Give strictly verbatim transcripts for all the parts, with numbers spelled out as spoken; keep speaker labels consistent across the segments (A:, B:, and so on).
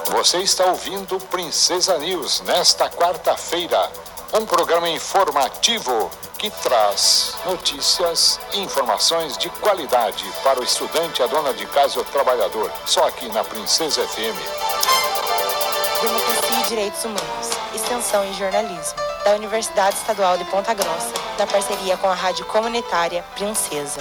A: Você está ouvindo Princesa News nesta quarta-feira, um programa informativo que traz notícias e informações de qualidade para o estudante, a dona de casa e o trabalhador, só aqui na Princesa F M.
B: Democracia e Direitos Humanos, Extensão e Jornalismo, da Universidade Estadual de Ponta Grossa, na parceria com a Rádio Comunitária Princesa.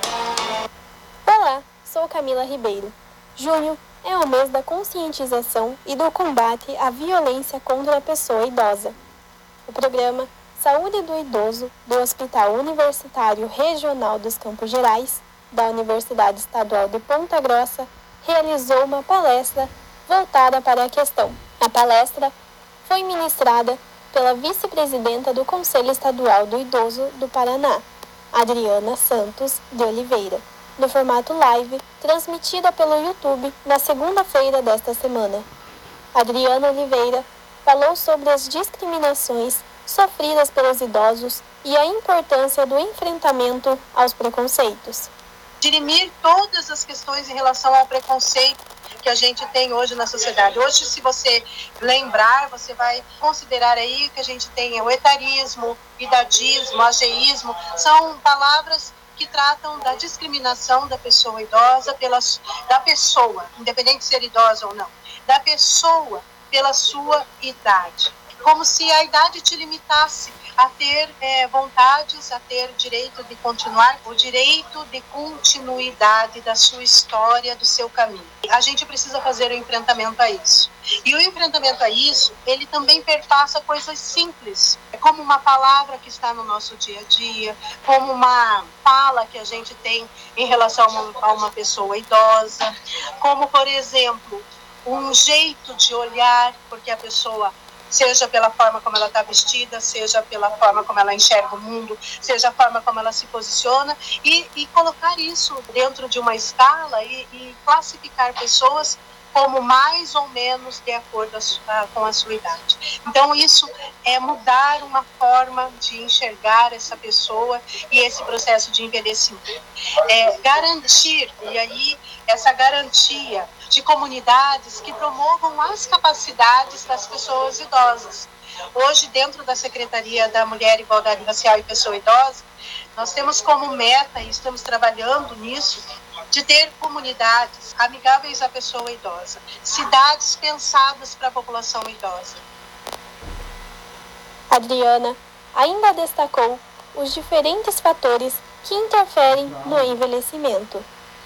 C: Olá, sou Camila Ribeiro. Junho é o mês da conscientização e do combate à violência contra a pessoa idosa. O programa Saúde do Idoso do Hospital Universitário Regional dos Campos Gerais, da Universidade Estadual de Ponta Grossa, realizou uma palestra voltada para a questão. A palestra foi ministrada pela vice-presidenta do Conselho Estadual do Idoso do Paraná, Adriana Santos de Oliveira, no formato live, transmitida pelo YouTube na segunda-feira desta semana. Adriana Oliveira falou sobre as discriminações sofridas pelos idosos e a importância do enfrentamento aos preconceitos.
D: Dirimir todas as questões em relação ao preconceito que a gente tem hoje na sociedade. Hoje, se você lembrar, você vai considerar aí que a gente tem o etarismo, idadismo, ageísmo, são palavras que tratam da discriminação da pessoa idosa, pela, da pessoa, independente de ser idosa ou não, da pessoa pela sua idade. Como se a idade te limitasse a ter é, vontades, a ter direito de continuar, o direito de continuidade da sua história, do seu caminho. A gente precisa fazer o enfrentamento a isso. E o enfrentamento a isso, ele também perpassa coisas simples, como uma palavra que está no nosso dia a dia, como uma fala que a gente tem em relação a uma, a uma pessoa idosa, como, por exemplo, um jeito de olhar, porque a pessoa, seja pela forma como ela está vestida, seja pela forma como ela enxerga o mundo, seja a forma como ela se posiciona, e, e colocar isso dentro de uma escala e, e classificar pessoas como mais ou menos de acordo a, com a sua idade. Então isso é mudar uma forma de enxergar essa pessoa e esse processo de envelhecimento. É garantir, e aí essa garantia de comunidades que promovam as capacidades das pessoas idosas. Hoje, dentro da Secretaria da Mulher, Igualdade Racial e Pessoa Idosa, nós temos como meta, e estamos trabalhando nisso, de ter comunidades amigáveis à pessoa idosa, cidades pensadas para a população idosa.
C: Adriana ainda destacou os diferentes fatores que interferem no envelhecimento.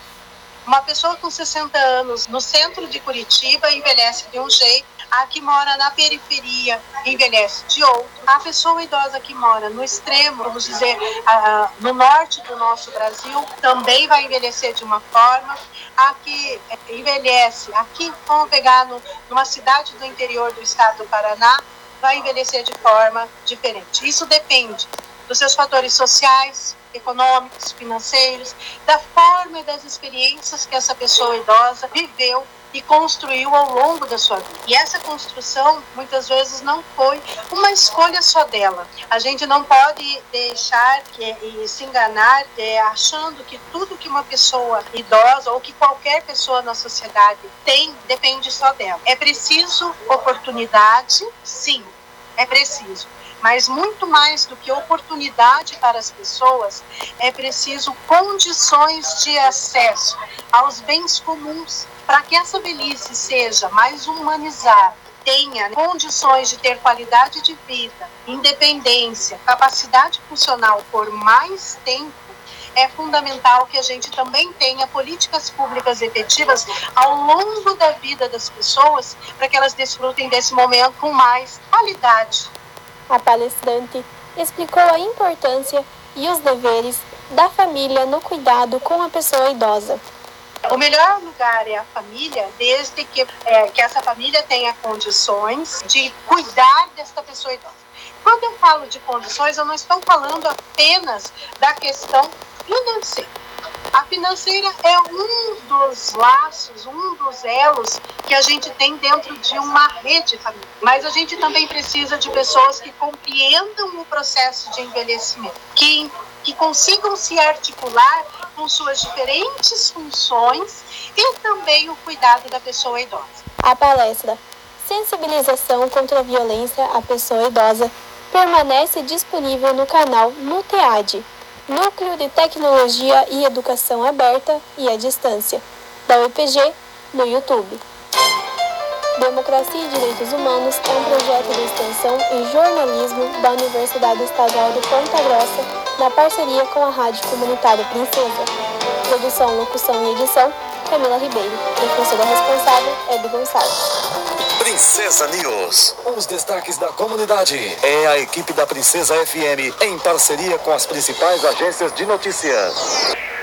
D: Uma pessoa com sessenta anos no centro de Curitiba envelhece de um jeito, a que mora na periferia envelhece de outro, a pessoa idosa que mora no extremo, vamos dizer, uh, no norte do nosso Brasil, também vai envelhecer de uma forma, a que envelhece aqui, vamos pegar no, numa cidade do interior do estado do Paraná, vai envelhecer de forma diferente. Isso depende dos seus fatores sociais, econômicos, financeiros, da forma e das experiências que essa pessoa idosa viveu e construiu ao longo da sua vida. E essa construção, muitas vezes, não foi uma escolha só dela. A gente não pode deixar que, e se enganar é, achando que tudo que uma pessoa idosa ou que qualquer pessoa na sociedade tem, depende só dela. É preciso oportunidade, sim, é preciso. Mas muito mais do que oportunidade para as pessoas, é preciso condições de acesso aos bens comuns, para que essa velhice seja mais humanizada, tenha condições de ter qualidade de vida, independência, capacidade funcional por mais tempo. É fundamental que a gente também tenha políticas públicas efetivas ao longo da vida das pessoas, para que elas desfrutem desse momento com mais qualidade.
C: A palestrante explicou a importância e os deveres da família no cuidado com a pessoa idosa.
D: O melhor lugar é a família, desde que, é, que essa família tenha condições de cuidar desta pessoa idosa. Quando eu falo de condições, eu não estou falando apenas da questão financeira. A financeira é um dos laços, um dos elos que a gente tem dentro de uma rede familiar. Mas a gente também precisa de pessoas que compreendam o processo de envelhecimento, que, que consigam se articular com suas diferentes funções e também o cuidado da pessoa idosa.
C: A palestra Sensibilização contra a Violência à Pessoa Idosa permanece disponível no canal NUTEAD, Núcleo de Tecnologia e Educação Aberta e à Distância, da U E P G, no YouTube. Democracia e Direitos Humanos é um projeto de extensão e jornalismo da Universidade Estadual de Ponta Grossa, na parceria com a Rádio Comunitária Princesa. Produção, locução e edição, Camila Ribeiro. Professora responsável, Hebe Gonçalves.
E: Princesa News. Os destaques da comunidade. É a equipe da Princesa F M, em parceria com as principais agências de notícias.